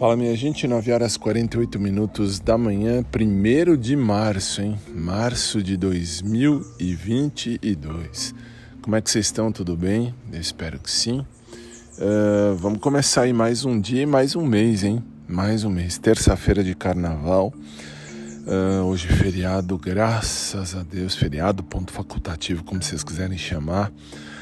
Fala, minha gente, 9h48 da manhã, 1º de março, hein? Março de 2022. Como é que vocês estão? Tudo bem? Eu espero que sim. Vamos começar aí mais um dia e mais um mês, hein? Mais um mês. Terça-feira de carnaval. Hoje feriado, graças a Deus. Feriado, ponto facultativo, como vocês quiserem chamar.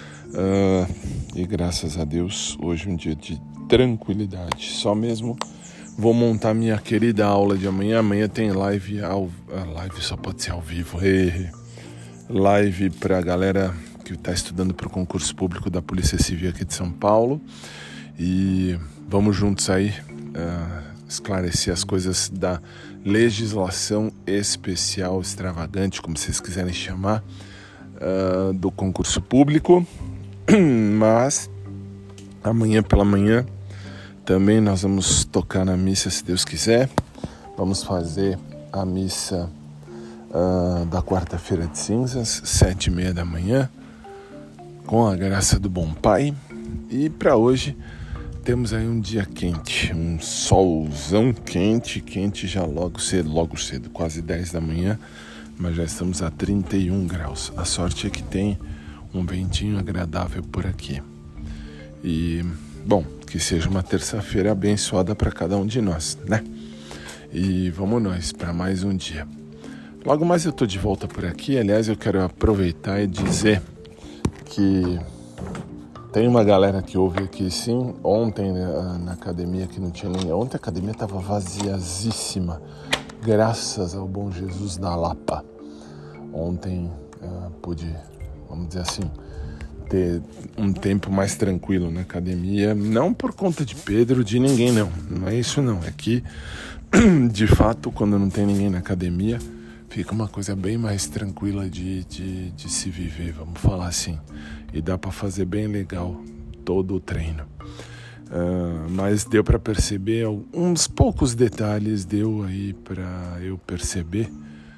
E graças a Deus, hoje é um dia de tranquilidade. Só mesmo vou montar minha querida aula de amanhã. Amanhã tem live. Live só pode ser ao vivo. Live pra galera que está estudando para o concurso público da Polícia Civil aqui de São Paulo. E vamos juntos aí esclarecer as coisas da legislação especial, extravagante, como vocês quiserem chamar, do concurso público. Mas amanhã pela manhã também nós vamos tocar na missa, se Deus quiser. Vamos fazer a missa da quarta-feira de cinzas, 7h30 da manhã, com a graça do bom Pai. E para hoje temos aí um dia quente, um solzão quente já logo cedo, quase 10 da manhã, mas já estamos a 31 graus. A sorte é que tem um ventinho agradável por aqui. E, bom, que seja uma terça-feira abençoada para cada um de nós, né? E vamos nós para mais um dia. Logo mais eu tô de volta por aqui. Aliás, eu quero aproveitar e dizer que tem uma galera que ouve aqui, sim. Ontem na academia que não tinha ninguém. Ontem a academia estava vaziazíssima, graças ao bom Jesus da Lapa. Ontem pude, vamos dizer assim, ter um tempo mais tranquilo na academia, não por conta de Pedro, de ninguém, não é isso não, é que de fato quando não tem ninguém na academia fica uma coisa bem mais tranquila de se viver, vamos falar assim, e dá para fazer bem legal todo o treino. Mas deu para perceber uns poucos detalhes, deu aí para eu perceber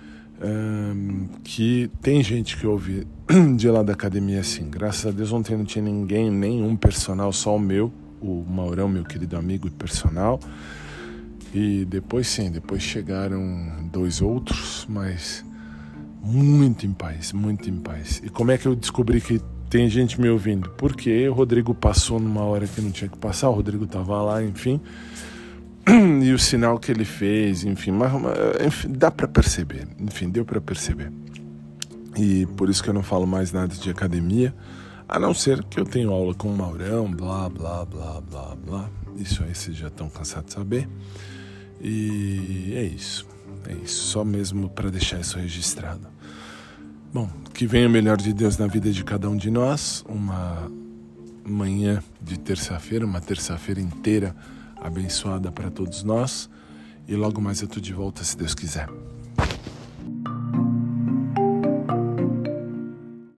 que tem gente que ouve de lá da academia assim. Graças a Deus ontem não tinha ninguém, nenhum personal, só o Maurão, meu querido amigo e personal. E depois chegaram 2 outros, mas muito em paz. E como é que eu descobri que tem gente me ouvindo? Porque o Rodrigo passou numa hora que não tinha que passar, o Rodrigo tava lá, enfim. E o sinal que ele fez, enfim, dá para perceber, enfim, deu para perceber. E por isso que eu não falo mais nada de academia, a não ser que eu tenho aula com o Maurão, blá, blá, blá, blá, blá. Isso aí vocês já estão cansados de saber. E é isso, só mesmo para deixar isso registrado. Bom, que venha o melhor de Deus na vida de cada um de nós, uma manhã de terça-feira, uma terça-feira inteira abençoada para todos nós, e logo mais eu tô de volta, se Deus quiser.